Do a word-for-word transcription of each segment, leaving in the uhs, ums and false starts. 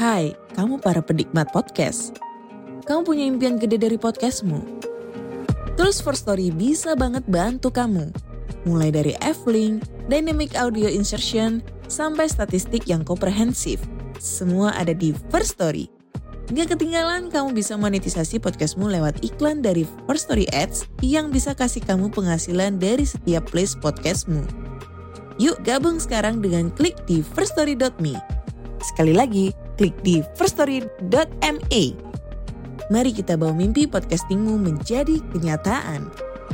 Hai, kamu para penikmat podcast. Kamu punya impian gede dari podcastmu? Terus First Story bisa banget bantu kamu. Mulai dari F-Link, Dynamic Audio Insertion, sampai statistik yang komprehensif. Semua ada di First Story. Gak ketinggalan kamu bisa monetisasi podcastmu lewat iklan dari First Story Ads yang bisa kasih kamu penghasilan dari setiap place podcastmu. Yuk gabung sekarang dengan klik di first story dot me. Sekali lagi, klik di first story dot me. Mari kita bawa mimpi podcastingmu menjadi kenyataan.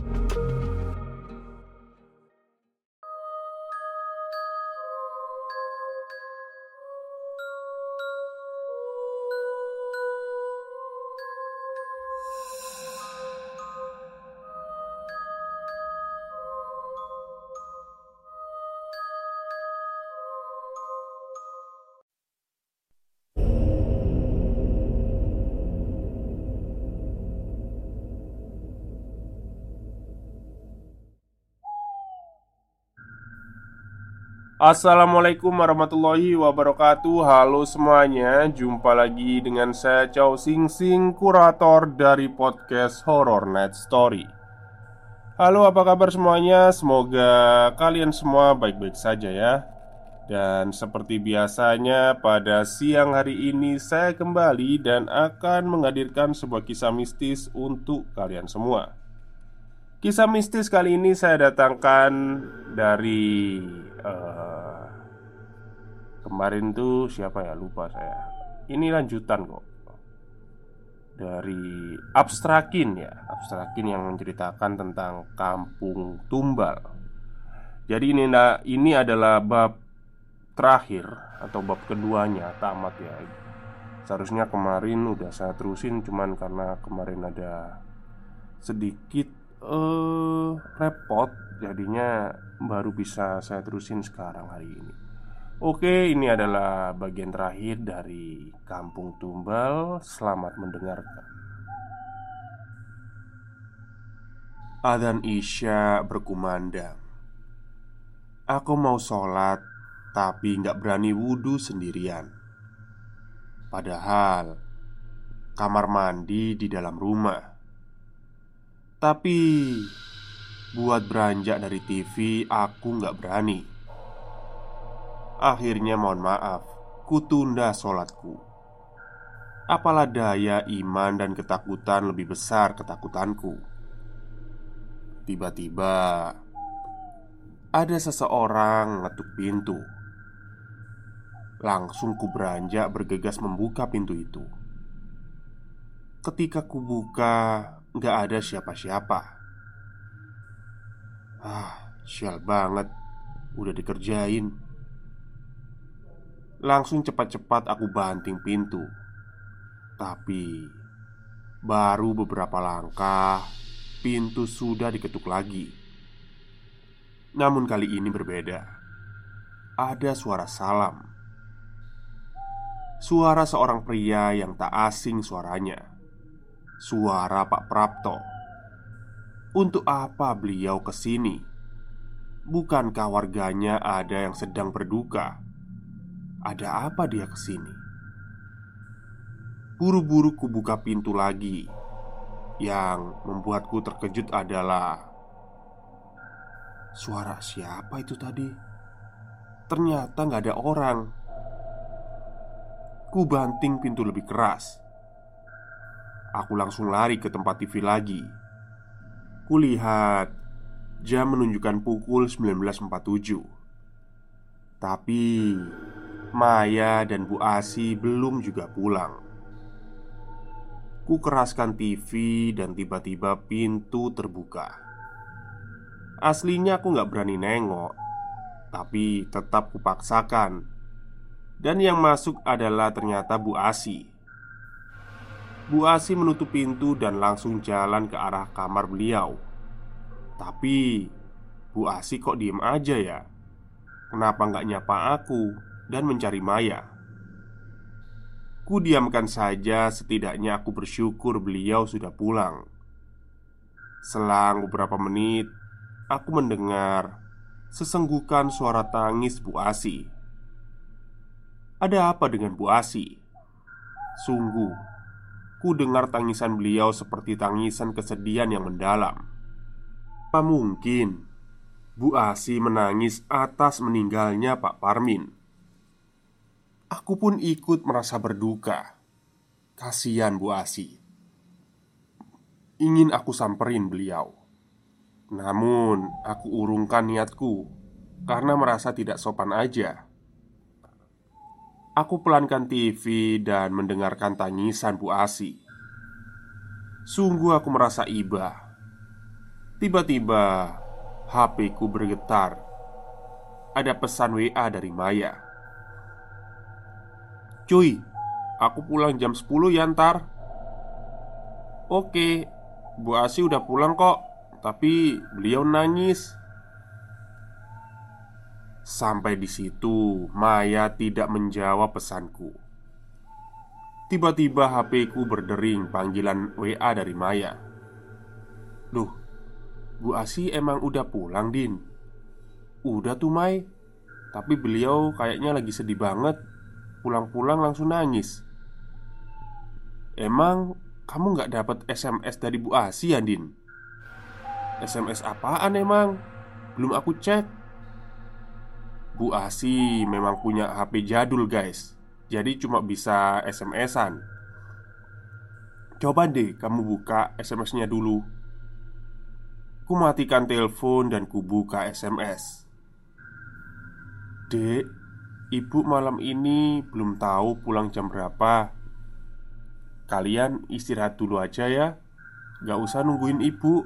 Assalamualaikum warahmatullahi wabarakatuh. Halo semuanya, jumpa lagi dengan saya Chow Sing Sing, kurator dari podcast Horror Night Story. Halo, apa kabar semuanya? Semoga kalian semua baik-baik saja ya. Dan seperti biasanya pada siang hari ini saya kembali dan akan menghadirkan sebuah kisah mistis untuk kalian semua. Kisah mistis kali ini saya datangkan dari uh, kemarin tuh siapa ya, lupa saya. Ini lanjutan kok. Dari Abstrakin ya, Abstrakin yang menceritakan tentang Kampung Tumbal. Jadi ini ini adalah bab terakhir atau bab keduanya, tamat ya. Seharusnya kemarin udah saya terusin, cuman karena kemarin ada sedikit Uh, repot, jadinya baru bisa saya terusin sekarang hari ini. Oke, ini adalah bagian terakhir dari Kampung Tumbal. Selamat mendengarkan. Adzan Isya berkumandang. Aku mau sholat, tapi gak berani wudhu sendirian. Padahal kamar mandi di dalam rumah. Tapi buat beranjak dari T V aku gak berani. Akhirnya mohon maaf, kutunda sholatku. Apalah daya iman dan ketakutan lebih besar ketakutanku. Tiba-tiba ada seseorang ngetuk pintu. Langsung ku beranjak bergegas membuka pintu itu. Ketika ku buka, gak ada siapa-siapa. Ah, sial banget, udah dikerjain. Langsung cepat-cepat aku banting pintu. Tapi baru beberapa langkah, pintu sudah diketuk lagi. Namun kali ini berbeda. Ada suara salam. Suara seorang pria yang tak asing suaranya. Suara Pak Prapto. Untuk apa beliau kesini? Bukankah warganya ada yang sedang berduka? Ada apa dia kesini? Buru-buru ku buka pintu lagi. Yang membuatku terkejut adalah suara siapa itu tadi? Ternyata gak ada orang. Ku banting pintu lebih keras. Aku langsung lari ke tempat T V lagi. Kulihat jam menunjukkan pukul sembilan belas empat puluh tujuh. Tapi Maya dan Bu Asi belum juga pulang. Ku keraskan T V dan tiba-tiba pintu terbuka. Aslinya aku gak berani nengok, tapi tetap kupaksakan. Dan yang masuk adalah ternyata Bu Asi. Bu Asi menutup pintu dan langsung jalan ke arah kamar beliau. Tapi Bu Asi kok diem aja ya? Kenapa gak nyapa aku dan mencari Maya? Ku diamkan saja, setidaknya aku bersyukur beliau sudah pulang. Selang beberapa menit, aku mendengar sesenggukan suara tangis Bu Asi. Ada apa dengan Bu Asi? Sungguh, ku dengar tangisan beliau seperti tangisan kesedihan yang mendalam. Apa mungkin Bu Asi menangis atas meninggalnya Pak Parmin? Aku pun ikut merasa berduka. Kasihan Bu Asi. Ingin aku samperin beliau, namun aku urungkan niatku karena merasa tidak sopan aja. Aku pelankan T V dan mendengarkan tangisan Bu Asi. Sungguh aku merasa iba. Tiba-tiba H P ku bergetar. Ada pesan W A dari Maya. "Cuy, aku pulang jam sepuluh ya ntar." "Oke, Bu Asi udah pulang kok. Tapi beliau nangis." Sampai di situ Maya tidak menjawab pesanku. Tiba-tiba H P ku berdering panggilan W A dari Maya. "Loh, Bu Asi emang udah pulang, Din?" "Udah tuh, Mai. Tapi beliau kayaknya lagi sedih banget. Pulang-pulang langsung nangis." "Emang kamu gak dapet S M S dari Bu Asi ya, Din?" "S M S apaan emang? Belum aku cek." Bu Asi memang punya H P jadul guys. Jadi cuma bisa S M S-an. Coba deh kamu buka S M S-nya dulu. Ku matikan telepon dan ku buka S M S. "Dek, ibu malam ini belum tahu pulang jam berapa. Kalian istirahat dulu aja ya. Gak usah nungguin ibu."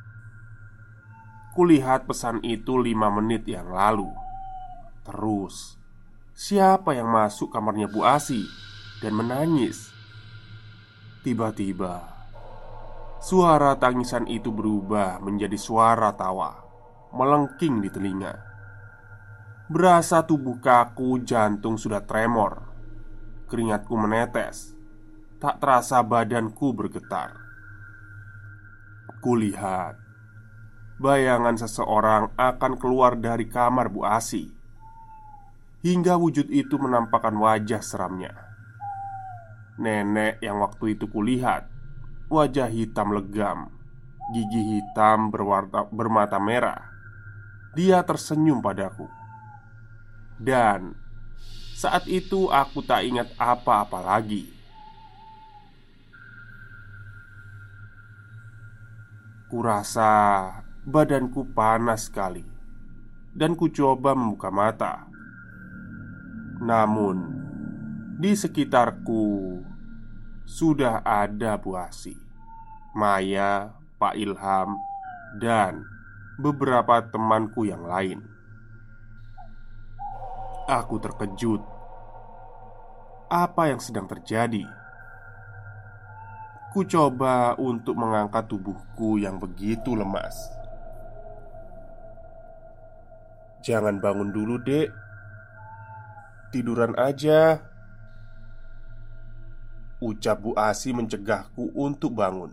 Kulihat pesan itu lima menit yang lalu. Terus, siapa yang masuk kamarnya Bu Asi dan menangis? Tiba-tiba, suara tangisan itu berubah menjadi suara tawa, melengking di telinga. Berasa tubuh kaku, jantung sudah tremor. Keringatku menetes. Tak terasa badanku bergetar. Kulihat bayangan seseorang akan keluar dari kamar Bu Asi. Hingga wujud itu menampakkan wajah seramnya. Nenek yang waktu itu kulihat, wajah hitam legam, gigi hitam berwarna, bermata merah. Dia tersenyum padaku. Dan saat itu aku tak ingat apa-apa lagi. Kurasa badanku panas sekali dan ku coba membuka mata. Namun, di sekitarku sudah ada Bu Asi, Maya, Pak Ilham, dan beberapa temanku yang lain. Aku terkejut. Apa yang sedang terjadi? Ku coba untuk mengangkat tubuhku yang begitu lemas. "Jangan bangun dulu, Dek. Tiduran aja," ucap Bu Asi mencegahku untuk bangun.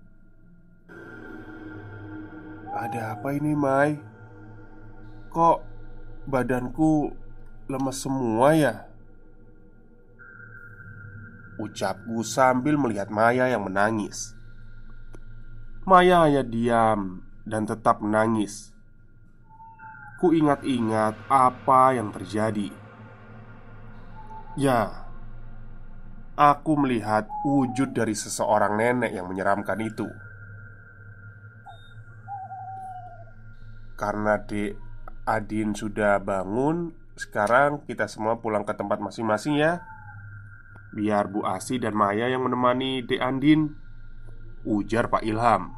"Ada apa ini, Mai? Kok badanku lemes semua ya?" ucapku sambil melihat Maya yang menangis. Maya hanya diam dan tetap menangis. Ku ingat-ingat apa yang terjadi. Ya, aku melihat wujud dari seseorang nenek yang menyeramkan itu. Karena Dek Adin sudah bangun, sekarang kita semua pulang ke tempat masing-masing ya. Biar Bu Asi dan Maya yang menemani Dek Andin, ujar Pak Ilham.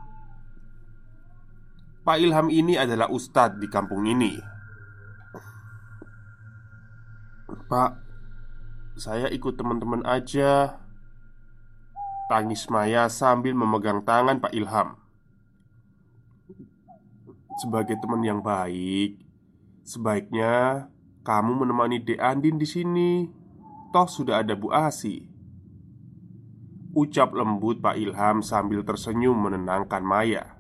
Pak Ilham ini adalah ustadz di kampung ini. "Pak, saya ikut teman-teman aja," tangis Maya sambil memegang tangan Pak Ilham. "Sebagai teman yang baik, sebaiknya kamu menemani Dek Andin di sini. Toh sudah ada Bu Asi," ucap lembut Pak Ilham sambil tersenyum menenangkan Maya.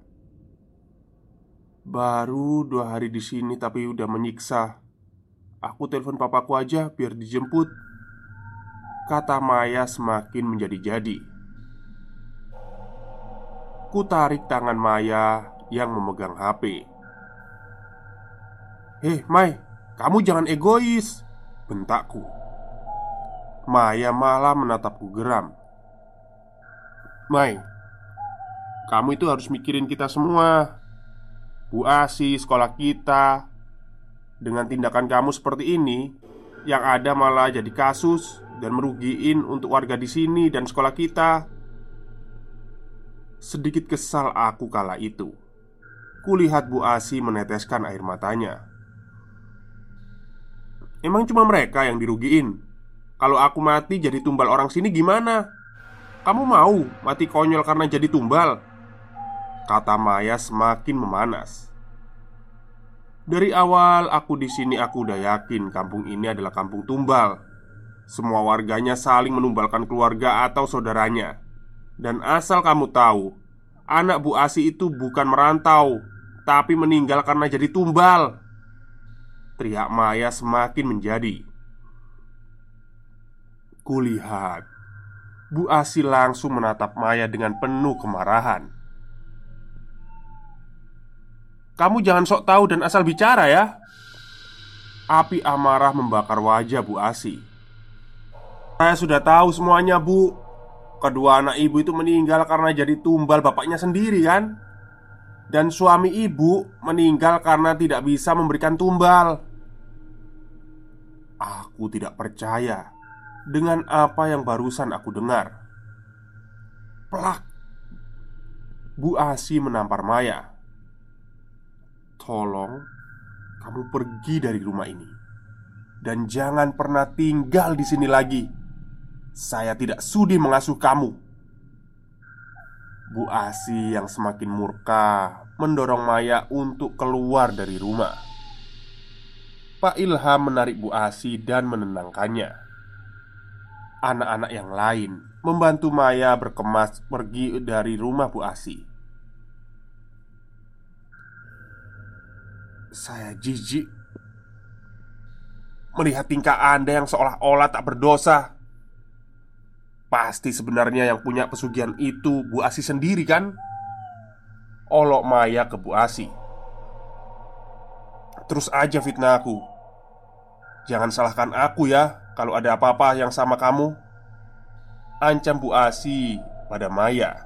"Baru dua hari di sini tapi udah menyiksa. Aku telepon papaku aja biar dijemput." kata Maya semakin menjadi-jadi. Ku tarik tangan Maya yang memegang H P. "Hei, Mai, kamu jangan egois," bentakku. Maya malah menatapku geram. "Mai, kamu itu harus mikirin kita semua, Bu Asi, sekolah kita. Dengan tindakan kamu seperti ini, yang ada malah jadi kasus dan merugiin untuk warga di sini dan sekolah kita." Sedikit kesal aku kala itu. Kulihat Bu Asi meneteskan air matanya. "Emang cuma mereka yang dirugiin? Kalau aku mati jadi tumbal orang sini gimana? Kamu mau mati konyol karena jadi tumbal?" kata Maya semakin memanas. "Dari awal aku di sini aku udah yakin kampung ini adalah kampung tumbal. Semua warganya saling menumbalkan keluarga atau saudaranya. Dan asal kamu tahu, anak Bu Asi itu bukan merantau, tapi meninggal karena jadi tumbal," teriak Maya semakin menjadi. Kulihat Bu Asi langsung menatap Maya dengan penuh kemarahan. "Kamu jangan sok tahu dan asal bicara ya." Api amarah membakar wajah Bu Asi. "Saya sudah tahu semuanya, Bu. Kedua anak ibu itu meninggal karena jadi tumbal bapaknya sendiri kan? Dan suami ibu meninggal karena tidak bisa memberikan tumbal." Aku tidak percaya dengan apa yang barusan aku dengar. Plak! Bu Asi menampar Maya. "Tolong kamu pergi dari rumah ini dan jangan pernah tinggal di sini lagi. Saya tidak sudi mengasuh kamu." Bu Asi yang semakin murka mendorong Maya untuk keluar dari rumah. Pak Ilham menarik Bu Asi dan menenangkannya. Anak-anak yang lain membantu Maya berkemas pergi dari rumah Bu Asi. Saya jijik melihat tingkah Anda yang seolah-olah tak berdosa. Pasti sebenarnya yang punya pesugihan itu Bu Asi sendiri kan? Olok Maya ke Bu Asi. "Terus aja fitnah aku. Jangan salahkan aku ya kalau ada apa-apa yang sama kamu," ancam Bu Asi pada Maya.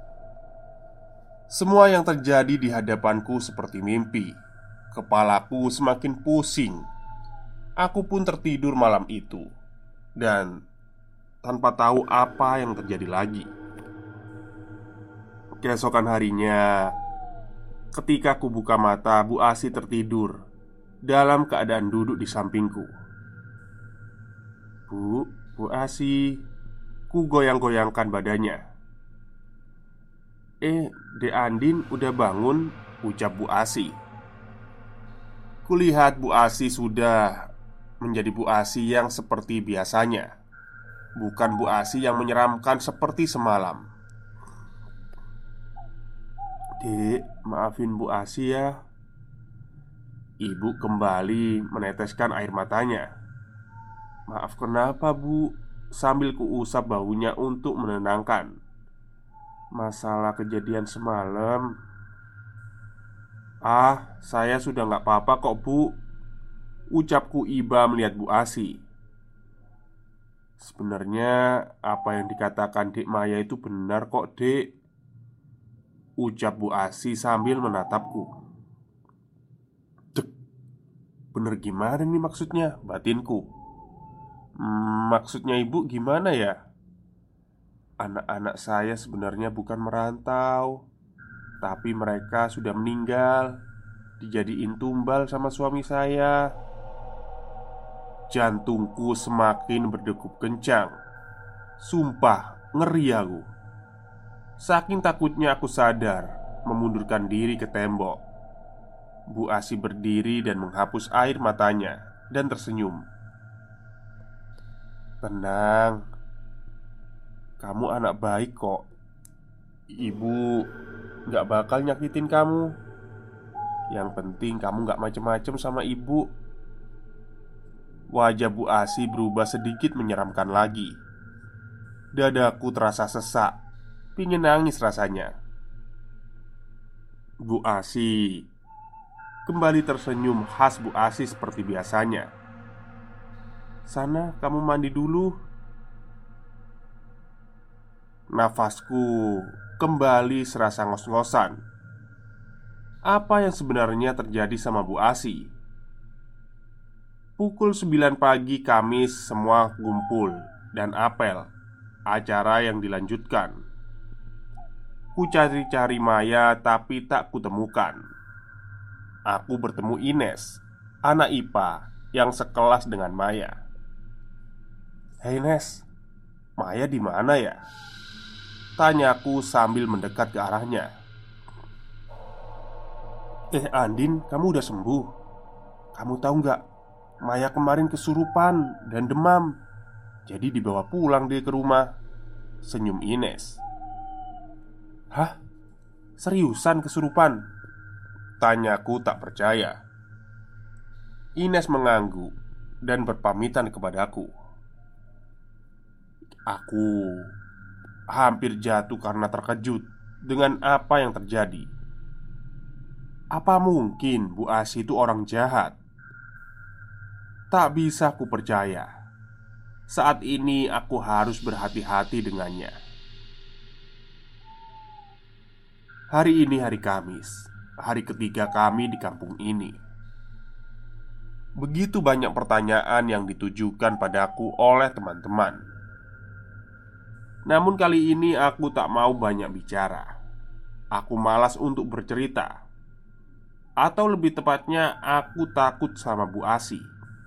Semua yang terjadi di hadapanku seperti mimpi. Kepalaku semakin pusing. Aku pun tertidur malam itu dan tanpa tahu apa yang terjadi lagi. Keesokan harinya, ketika ku buka mata, Bu Asi tertidur dalam keadaan duduk di sampingku. "Bu, Bu Asi," ku goyang-goyangkan badannya. "Eh, Dek Andin udah bangun," ucap Bu Asi. Kulihat Bu Asi sudah menjadi Bu Asi yang seperti biasanya, bukan Bu Asi yang menyeramkan seperti semalam. "Dek, maafin Bu Asi ya." Ibu kembali meneteskan air matanya. "Maaf kenapa, Bu?" sambil kuusap bahunya untuk menenangkan. "Masalah kejadian semalam." "Ah, saya sudah gak apa-apa kok, Bu," ucapku iba melihat Bu Asi. "Sebenarnya apa yang dikatakan Dek Maya itu benar kok, Dek," ucap Bu Asi sambil menatapku. "Dek, bener gimana nih maksudnya?" batinku. Hmm, maksudnya ibu gimana ya? Anak-anak saya sebenarnya bukan merantau, tapi mereka sudah meninggal, dijadiin tumbal sama suami saya." Jantungku semakin berdegup kencang. Sumpah, ngeri aku. Saking takutnya aku sadar, memundurkan diri ke tembok. Bu Asi berdiri dan menghapus air matanya dan tersenyum. "Tenang, kamu anak baik kok. Ibu gak bakal nyakitin kamu. Yang penting kamu gak macem-macem sama ibu." Wajah Bu Asi berubah sedikit menyeramkan lagi. Dadaku terasa sesak, pingin nangis rasanya. Bu Asi kembali tersenyum khas Bu Asi seperti biasanya. "Sana kamu mandi dulu." Nafasku kembali serasa ngos-ngosan. Apa yang sebenarnya terjadi sama Bu Asi? Pukul sembilan pagi Kamis semua kumpul dan apel. Acara yang dilanjutkan. Ku cari-cari Maya tapi tak kutemukan. Aku bertemu Ines, anak I P A yang sekelas dengan Maya. "Hei Ines, Maya di mana ya?" tanyaku sambil mendekat ke arahnya. "Eh Andin, kamu udah sembuh? Kamu tahu nggak, Maya kemarin kesurupan dan demam. Jadi dibawa pulang dia ke rumah," senyum Ines. "Hah? Seriusan kesurupan?" tanyaku tak percaya. Ines mengangguk dan berpamitan kepadaku. Aku hampir jatuh karena terkejut dengan apa yang terjadi. Apa mungkin Bu Asi itu orang jahat? Tak bisa ku percaya. Saat ini aku harus berhati-hati dengannya. Hari ini hari Kamis, hari ketiga kami di kampung ini. Begitu banyak pertanyaan yang ditujukan padaku oleh teman-teman. Namun kali ini aku tak mau banyak bicara. Aku malas untuk bercerita. Atau lebih tepatnya aku takut sama Bu Asi.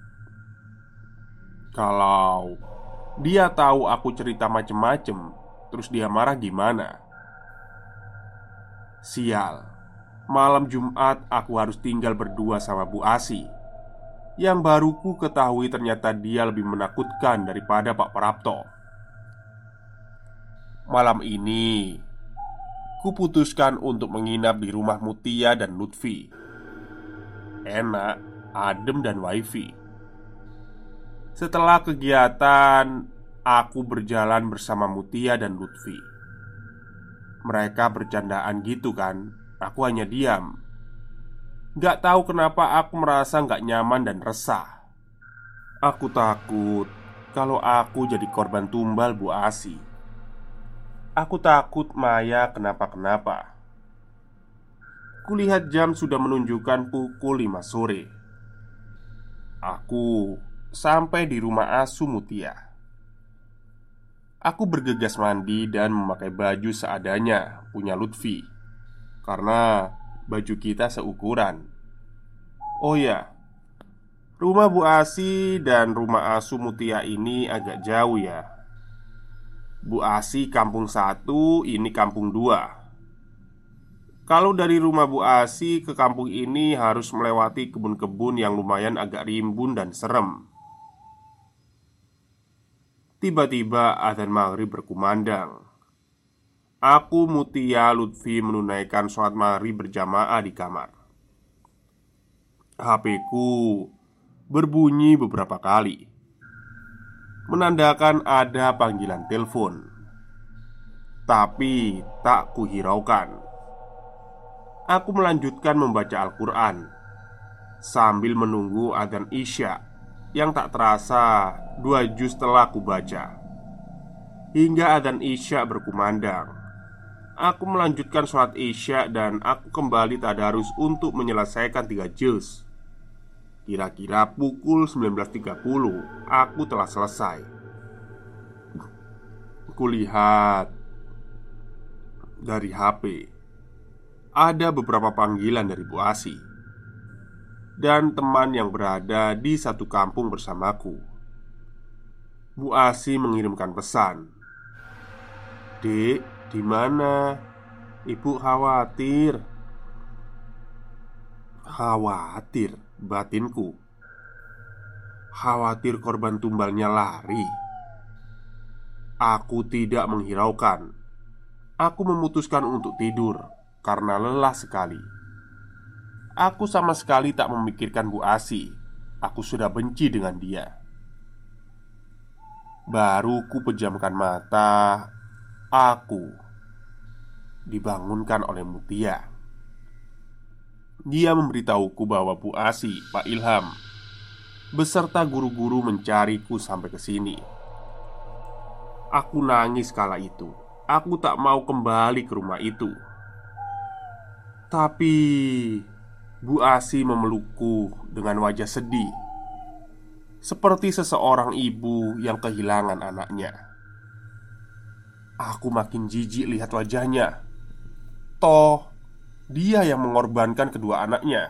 Kalau dia tahu aku cerita macem-macem, terus dia marah gimana? Sial, malam Jumat aku harus tinggal berdua sama Bu Asi, yang baru ku ketahui ternyata dia lebih menakutkan daripada Pak Prapto. Malam ini kuputuskan untuk menginap di rumah Mutia dan Lutfi. Enak, adem dan wifi. Setelah kegiatan, aku berjalan bersama Mutia dan Lutfi. Mereka bercandaan gitu kan. Aku hanya diam. Gak tahu kenapa aku merasa gak nyaman dan resah. Aku takut kalau aku jadi korban tumbal Bu Asi. Aku takut Maya kenapa-kenapa. Kulihat jam sudah menunjukkan pukul lima sore. Aku sampai di rumah asuh Mutia. Aku bergegas mandi dan memakai baju seadanya punya Lutfi, karena baju kita seukuran. Oh ya, rumah Bu Asi dan rumah asuh Mutia ini agak jauh ya. Bu Asi kampung satu, ini kampung dua. Kalau dari rumah Bu Asi ke kampung ini harus melewati kebun-kebun yang lumayan agak rimbun dan serem. Tiba-tiba adzan maghrib berkumandang. Aku, Mutia, Lutfi menunaikan sholat maghrib berjamaah di kamar. H P-ku berbunyi beberapa kali, menandakan ada panggilan telepon. Tapi tak kuhiraukan. Aku melanjutkan membaca Al-Quran sambil menunggu adzan Isya yang tak terasa dua juz telah aku baca. Hingga adzan Isya berkumandang, aku melanjutkan sholat Isya dan aku kembali tadarus untuk menyelesaikan tiga juz. Kira-kira pukul sembilan belas tiga puluh aku telah selesai. Kulihat dari H P, ada beberapa panggilan dari Bu Asi dan teman yang berada di satu kampung bersamaku. Bu Asi mengirimkan pesan, "Dek, di mana? Ibu khawatir." Khawatir, batinku. Khawatir korban tumbalnya lari. Aku tidak menghiraukan. Aku memutuskan untuk tidur karena lelah sekali. Aku sama sekali tak memikirkan Bu Asi. Aku sudah benci dengan dia. Baru ku pejamkan mata, aku dibangunkan oleh Mutia. Dia memberitahuku bahwa Bu Asi, Pak Ilham, beserta guru-guru mencariku sampai ke sini. Aku nangis kala itu. Aku tak mau kembali ke rumah itu. Tapi Bu Asi memelukku dengan wajah sedih, seperti seseorang ibu yang kehilangan anaknya. Aku makin jijik lihat wajahnya. Toh, dia yang mengorbankan kedua anaknya.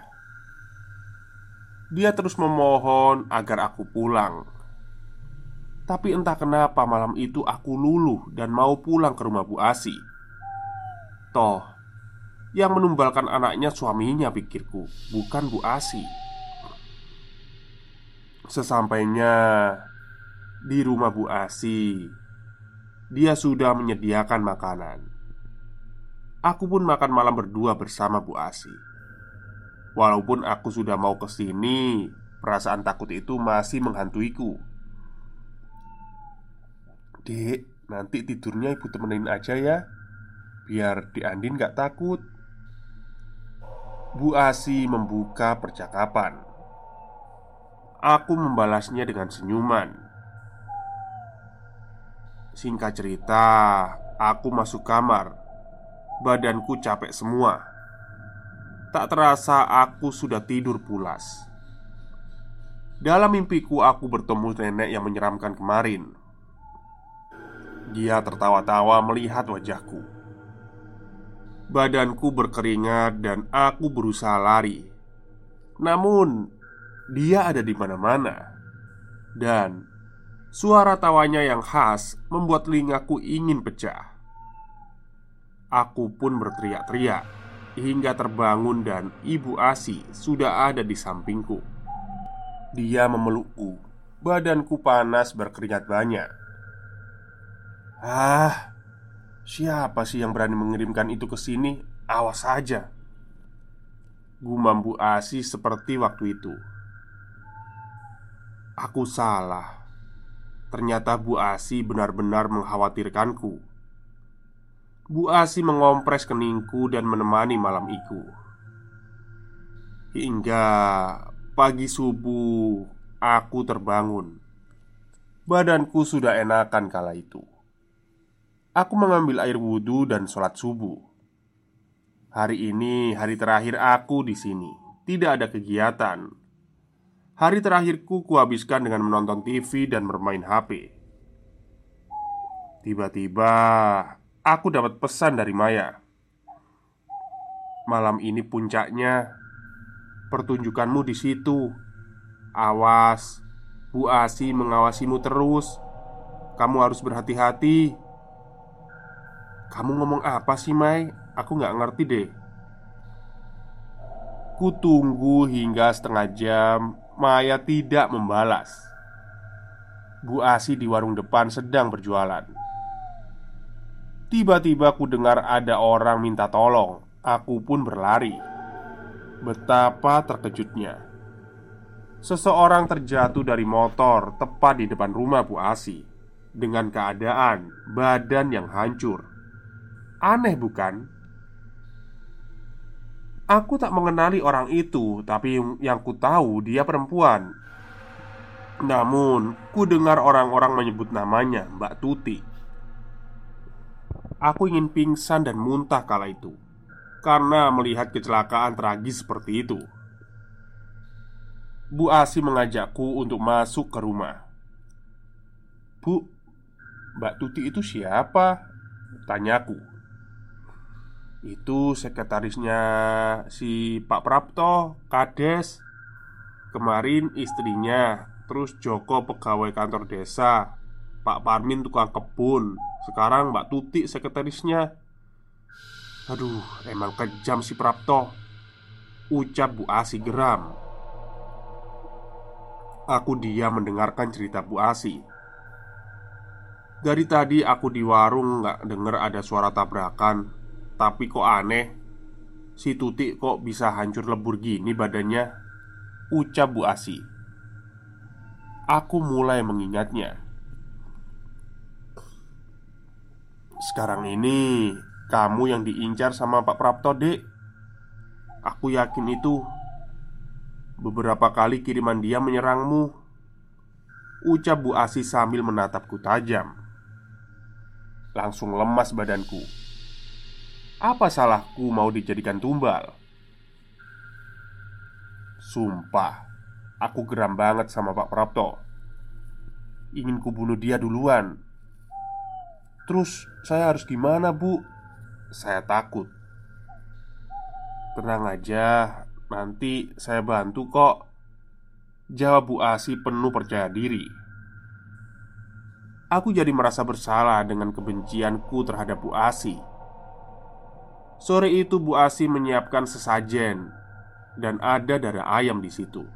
Dia terus memohon agar aku pulang. Tapi entah kenapa malam itu aku luluh dan mau pulang ke rumah Bu Asi. Toh, yang menumbalkan anaknya suaminya, pikirku, bukan Bu Asi. Sesampainya di rumah Bu Asi, dia sudah menyediakan makanan. Aku pun makan malam berdua bersama Bu Asi. Walaupun aku sudah mau ke sini, perasaan takut itu masih menghantuiku. "Dek, nanti tidurnya ibu temenin aja ya, biar Dek Andin gak takut." Bu Asi membuka percakapan. Aku membalasnya dengan senyuman. Singkat cerita, aku masuk kamar. Badanku capek semua. Tak terasa aku sudah tidur pulas. Dalam mimpiku aku bertemu nenek yang menyeramkan kemarin. Dia tertawa-tawa melihat wajahku. Badanku berkeringat dan aku berusaha lari. Namun, dia ada di mana-mana. Dan suara tawanya yang khas membuat telingaku ingin pecah. Aku pun berteriak-teriak hingga terbangun dan Ibu Asi sudah ada di sampingku. Dia memelukku. Badanku panas berkeringat banyak. "Ah, siapa sih yang berani mengirimkan itu ke sini? Awas saja," gumam Bu Asi seperti waktu itu. Aku salah. Ternyata Bu Asi benar-benar mengkhawatirkanku. Bu Asi mengompres keningku dan menemani malam itu. Hingga pagi subuh aku terbangun. Badanku sudah enakan kala itu. Aku mengambil air wudhu dan sholat subuh. Hari ini hari terakhir aku di sini. Tidak ada kegiatan. Hari terakhirku kuhabiskan dengan menonton T V dan bermain H P. Tiba-tiba aku dapat pesan dari Maya. "Malam ini puncaknya. Pertunjukanmu di situ. Awas, Bu Asi mengawasimu terus. Kamu harus berhati-hati." "Kamu ngomong apa sih, Mai? Aku gak ngerti deh." Kutunggu hingga setengah jam. Maya tidak membalas. Bu Asi di warung depan sedang berjualan. Tiba-tiba ku dengar ada orang minta tolong. Aku pun berlari. Betapa terkejutnya. Seseorang terjatuh dari motor tepat di depan rumah Bu Asi, dengan keadaan badan yang hancur. Aneh bukan? Aku tak mengenali orang itu, tapi yang ku tahu dia perempuan. Namun, ku dengar orang-orang menyebut namanya Mbak Tuti. Aku ingin pingsan dan muntah kala itu, karena melihat kecelakaan tragis seperti itu. Bu Asi mengajakku untuk masuk ke rumah. "Bu, Mbak Tuti itu siapa?" tanyaku. "Itu sekretarisnya si Pak Prapto, Kades. Kemarin istrinya, terus Joko pegawai kantor desa, Pak Parmin tukang kebun, sekarang Mbak Tuti sekretarisnya." "Aduh, emang kejam si Prapto," ucap Bu Asi geram. Aku diam mendengarkan cerita Bu Asi. Dari tadi aku di warung gak denger ada suara tabrakan. Tapi kok aneh, si Tuti kok bisa hancur lebur gini badannya, ucap Bu Asi. Aku mulai mengingatnya. Sekarang ini kamu yang diincar sama Pak Prapto, Dek. Aku yakin itu. Beberapa kali kiriman dia menyerangmu, ucap Bu Asih sambil menatapku tajam. Langsung lemas badanku. Apa salahku mau dijadikan tumbal? Sumpah, aku geram banget sama Pak Prapto. Ingin kubunuh dia duluan. Terus saya harus gimana, Bu? Saya takut. Tenang aja, nanti saya bantu kok, jawab Bu Asih penuh percaya diri. Aku jadi merasa bersalah dengan kebencianku terhadap Bu Asih. Sore itu Bu Asih menyiapkan sesajen dan ada darah ayam di situ.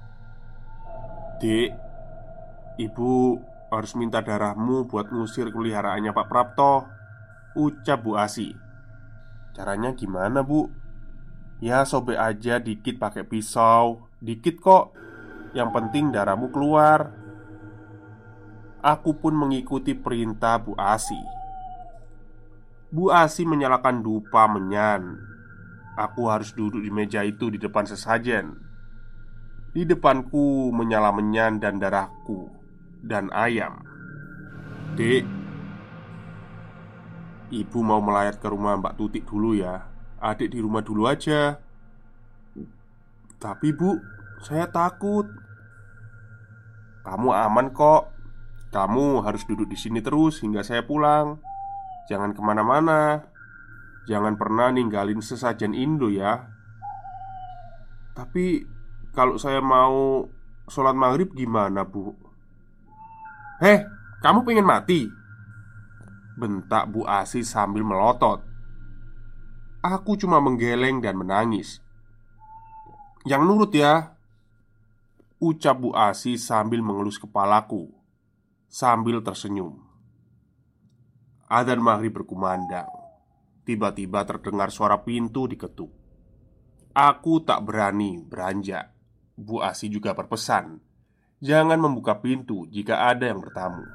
Dek, Ibu harus minta darahmu buat ngusir peliharaannya Pak Prapto, ucap Bu Asih. Caranya gimana, Bu? Ya sobek aja dikit pakai pisau. Dikit kok. Yang penting darahmu keluar. Aku pun mengikuti perintah Bu Asih. Bu Asih menyalakan dupa menyan. Aku harus duduk di meja itu di depan sesajen. Di depanku menyala menyan dan darahku dan ayam. Dek, Ibu mau melayat ke rumah Mbak Tutik dulu ya. Adik di rumah dulu aja. Tapi Bu, saya takut. Kamu aman kok. Kamu harus duduk di sini terus hingga saya pulang. Jangan kemana-mana. Jangan pernah ninggalin sesajen Indo ya. Tapi kalau saya mau sholat maghrib gimana, Bu? Heh, kamu pengen mati? Bentak Bu Asih sambil melotot. Aku cuma menggeleng dan menangis. Yang nurut ya, ucap Bu Asih sambil mengelus kepalaku, sambil tersenyum. Adzan maghrib berkumandang. Tiba-tiba terdengar suara pintu diketuk. Aku tak berani beranjak. Bu Asih juga berpesan, jangan membuka pintu jika ada yang bertamu.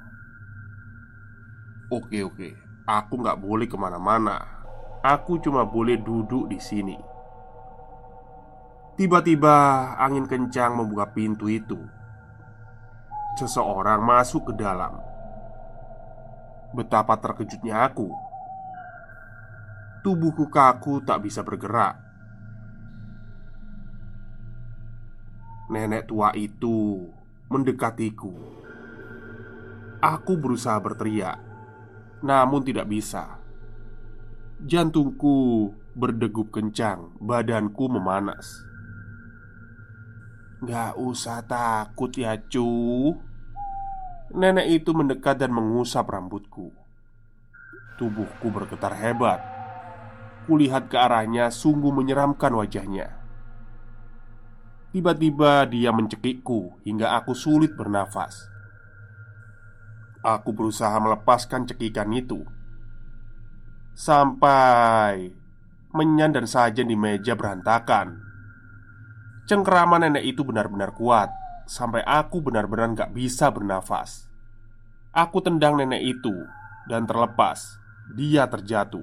Oke oke, aku gak boleh kemana-mana. Aku cuma boleh duduk di sini. Tiba-tiba angin kencang membuka pintu itu. Seseorang masuk ke dalam. Betapa terkejutnya aku. Tubuhku kaku tak bisa bergerak. Nenek tua itu mendekatiku. Aku berusaha berteriak, namun tidak bisa. Jantungku berdegup kencang, badanku memanas. Gak usah takut ya cu. Nenek itu mendekat dan mengusap rambutku. Tubuhku bergetar hebat. Kulihat ke arahnya, sungguh menyeramkan wajahnya. Tiba-tiba dia mencekikku hingga aku sulit bernafas. Aku berusaha melepaskan cekikan itu, sampai menyan dan sajen di meja berantakan. Cengkeraman nenek itu benar-benar kuat, sampai aku benar-benar gak bisa bernafas. Aku tendang nenek itu, dan terlepas, dia terjatuh.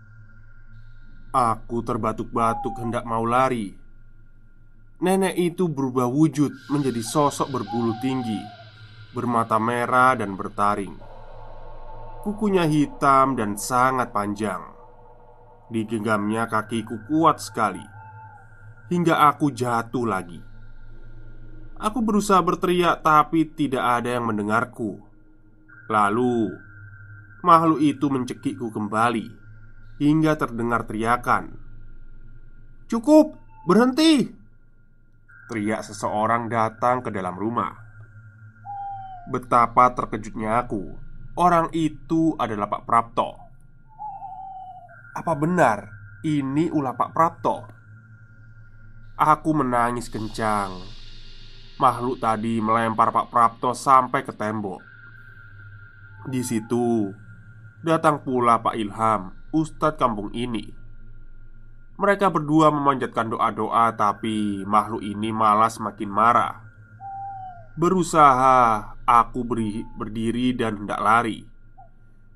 Aku terbatuk-batuk hendak mau lari. Nenek itu berubah wujud menjadi sosok berbulu tinggi, bermata merah dan bertaring. Kukunya hitam dan sangat panjang. Digenggamnya kakiku kuat sekali, hingga aku jatuh lagi. Aku berusaha berteriak tapi tidak ada yang mendengarku. Lalu makhluk itu mencekikku kembali, hingga terdengar teriakan. "Cukup, berhenti!" teriak seseorang datang ke dalam rumah. Betapa terkejutnya aku. Orang itu adalah Pak Prapto. Apa benar ini ulah Pak Prapto? Aku menangis kencang. Makhluk tadi melempar Pak Prapto sampai ke tembok. Di situ datang pula Pak Ilham, ustadz kampung ini. Mereka berdua memanjatkan doa-doa, tapi makhluk ini malah semakin marah. Berusaha aku beri, berdiri dan hendak lari,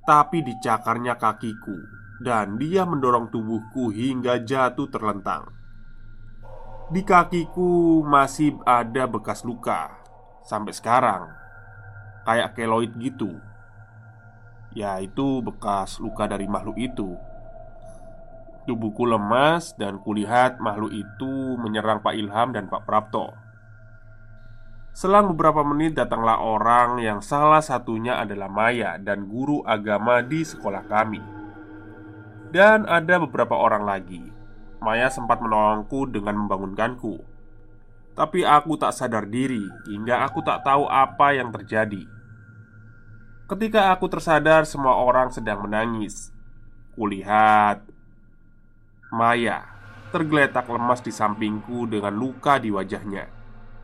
tapi dicakarnya kakiku, dan dia mendorong tubuhku hingga jatuh terlentang. Di kakiku masih ada bekas luka sampai sekarang, kayak keloid gitu. Ya, itu bekas luka dari makhluk itu. Tubuhku lemas dan kulihat makhluk itu menyerang Pak Ilham dan Pak Prapto. Selang beberapa menit datanglah orang yang salah satunya adalah Maya dan guru agama di sekolah kami. Dan ada beberapa orang lagi. Maya sempat menolongku dengan membangunkanku. Tapi aku tak sadar diri hingga aku tak tahu apa yang terjadi. Ketika aku tersadar, semua orang sedang menangis. Kulihat Maya tergeletak lemas di sampingku dengan luka di wajahnya.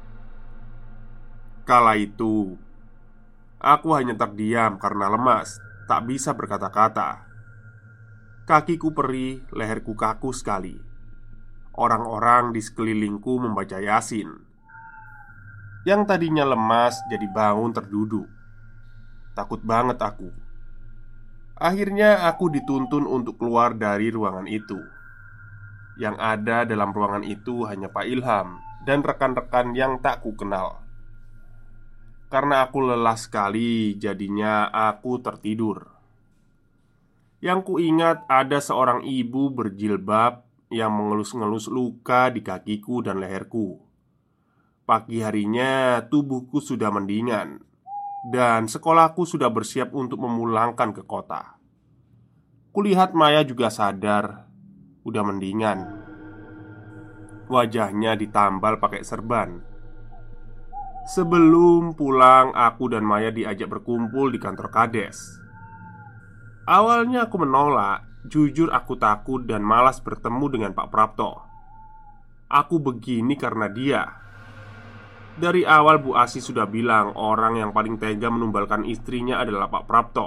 Kala itu, aku hanya terdiam karena lemas, tak bisa berkata-kata. Kakiku perih, leherku kaku sekali. Orang-orang di sekelilingku membaca Yasin. Yang tadinya lemas jadi bangun terduduk. Takut banget aku. Akhirnya aku dituntun untuk keluar dari ruangan itu. Yang ada dalam ruangan itu hanya Pak Ilham dan rekan-rekan yang tak ku kenal. Karena aku lelah sekali, jadinya aku tertidur. Yang kuingat ada seorang ibu berjilbab yang mengelus-ngelus luka di kakiku dan leherku. Pagi harinya tubuhku sudah mendingan, dan sekolahku sudah bersiap untuk memulangkan ke kota. Kulihat Maya juga sadar, udah mendingan. Wajahnya ditambal pakai serban. Sebelum pulang, aku dan Maya diajak berkumpul di kantor kades. Awalnya aku menolak. Jujur aku takut dan malas bertemu dengan Pak Prapto. Aku begini karena dia. Dari awal Bu Asi sudah bilang orang yang paling tega menumbalkan istrinya adalah Pak Prapto.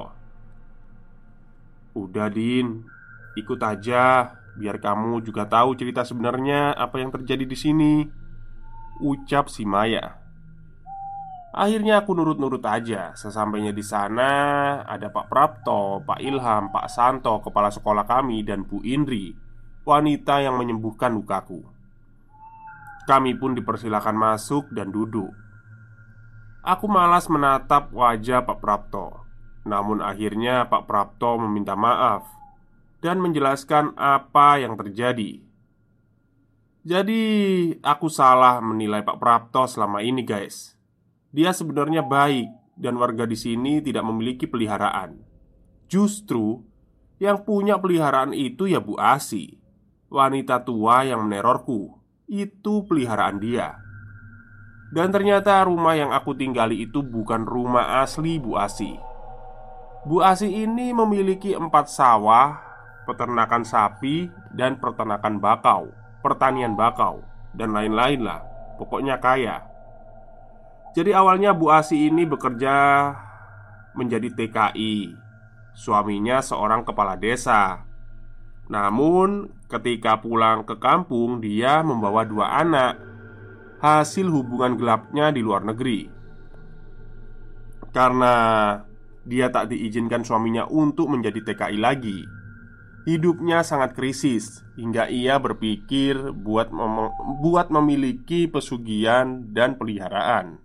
Udah Din, ikut aja, biar kamu juga tahu cerita sebenarnya apa yang terjadi di sini, ucap si Maya. Akhirnya aku nurut-nurut aja. Sesampainya di sana, ada Pak Prapto, Pak Ilham, Pak Santo, kepala sekolah kami, dan Bu Indri, wanita yang menyembuhkan lukaku. Kami pun dipersilakan masuk dan duduk. Aku malas menatap wajah Pak Prapto. Namun akhirnya Pak Prapto meminta maaf dan menjelaskan apa yang terjadi. Jadi, aku salah menilai Pak Prapto selama ini, guys. Dia sebenarnya baik dan warga di sini tidak memiliki peliharaan. Justru yang punya peliharaan itu ya Bu Asi, wanita tua yang menerorku. Itu peliharaan dia. Dan ternyata rumah yang aku tinggali itu bukan rumah asli Bu Asi. Bu Asi ini memiliki empat sawah, peternakan sapi, dan peternakan bakau, pertanian bakau, dan lain-lain lah. Pokoknya kaya. Jadi awalnya Bu Asi ini bekerja menjadi T K I. Suaminya seorang kepala desa. Namun ketika pulang ke kampung, dia membawa dua anak, hasil hubungan gelapnya di luar negeri. Karena dia tak diizinkan suaminya untuk menjadi T K I lagi, hidupnya sangat krisis hingga ia berpikir buat mem buat memiliki pesugihan dan peliharaan.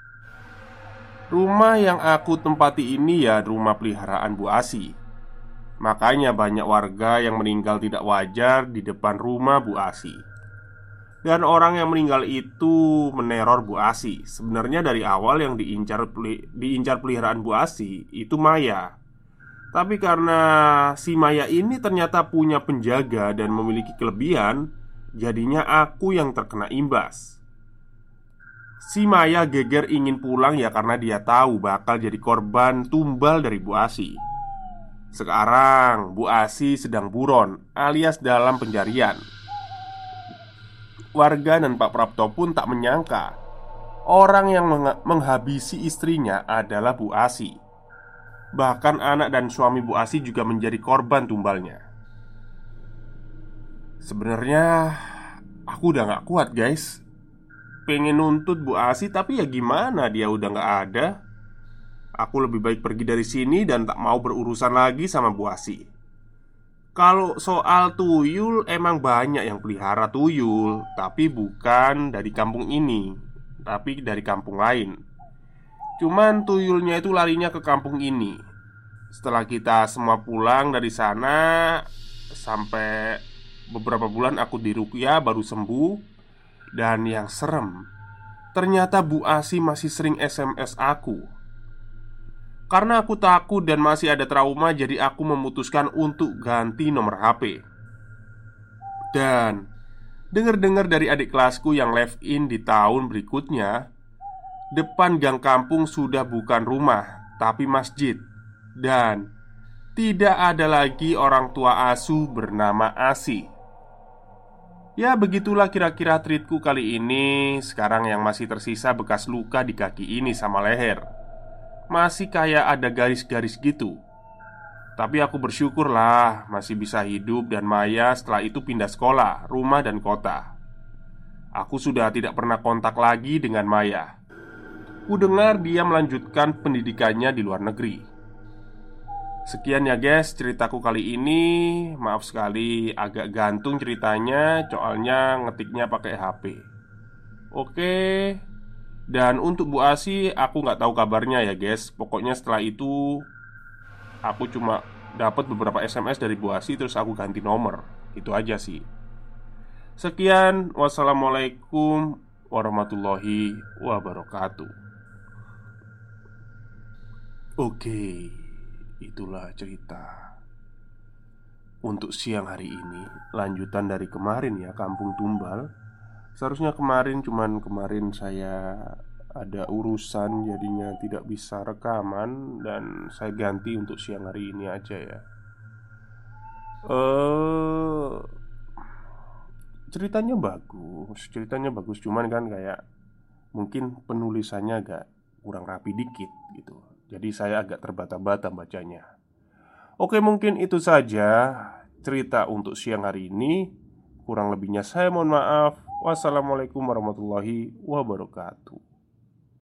Rumah yang aku tempati ini ya rumah peliharaan Bu Asi. Makanya banyak warga yang meninggal tidak wajar di depan rumah Bu Asi. Dan orang yang meninggal itu meneror Bu Asi. Sebenarnya dari awal yang diincar, peli, diincar peliharaan Bu Asi itu Maya. Tapi karena si Maya ini ternyata punya penjaga dan memiliki kelebihan, jadinya aku yang terkena imbas. Si Maya geger ingin pulang ya karena dia tahu bakal jadi korban tumbal dari Bu Asi. Sekarang Bu Asi sedang buron alias dalam pencarian. Warga dan Pak Prapto pun tak menyangka orang yang meng- menghabisi istrinya adalah Bu Asi. Bahkan anak dan suami Bu Asi juga menjadi korban tumbalnya. Sebenarnya aku udah gak kuat guys. Pengen nuntut Bu Asi tapi ya gimana, dia udah gak ada. Aku lebih baik pergi dari sini dan tak mau berurusan lagi sama Bu Asi. Kalau soal tuyul, emang banyak yang pelihara tuyul, tapi bukan dari kampung ini, tapi dari kampung lain. Cuman tuyulnya itu larinya ke kampung ini. Setelah kita semua pulang dari sana, sampai beberapa bulan aku diruqyah baru sembuh. Dan yang serem, ternyata Bu Asi masih sering S M S aku. Karena aku takut dan masih ada trauma, jadi aku memutuskan untuk ganti nomor H P. Dan dengar-dengar dari adik kelasku yang live in di tahun berikutnya, depan gang kampung sudah bukan rumah, tapi masjid. Dan tidak ada lagi orang tua asuh bernama Asi. Ya begitulah kira-kira treatku kali ini. Sekarang yang masih tersisa bekas luka di kaki ini sama leher. Masih kayak ada garis-garis gitu. Tapi aku bersyukur lah masih bisa hidup. Dan Maya setelah itu pindah sekolah, rumah dan kota. Aku sudah tidak pernah kontak lagi dengan Maya. Ku dengar dia melanjutkan pendidikannya di luar negeri. Sekian ya guys ceritaku kali ini. Maaf sekali agak gantung ceritanya, soalnya ngetiknya pakai H P. Oke. Dan untuk Bu Asi, aku nggak tahu kabarnya ya guys. Pokoknya setelah itu aku cuma dapat beberapa S M S dari Bu Asi, terus aku ganti nomor. Itu aja sih. Sekian, wassalamualaikum warahmatullahi wabarakatuh. Oke, itulah cerita untuk siang hari ini. Lanjutan dari kemarin ya, Kampung Tumbal. Seharusnya kemarin, cuman kemarin saya ada urusan jadinya tidak bisa rekaman. Dan saya ganti untuk siang hari ini aja ya. Eh, ceritanya bagus, ceritanya bagus. Cuman kan kayak mungkin penulisannya agak kurang rapi dikit gitu. Jadi saya agak terbata-bata bacanya. Oke, mungkin itu saja cerita untuk siang hari ini. Kurang lebihnya saya mohon maaf. Wassalamualaikum warahmatullahi wabarakatuh.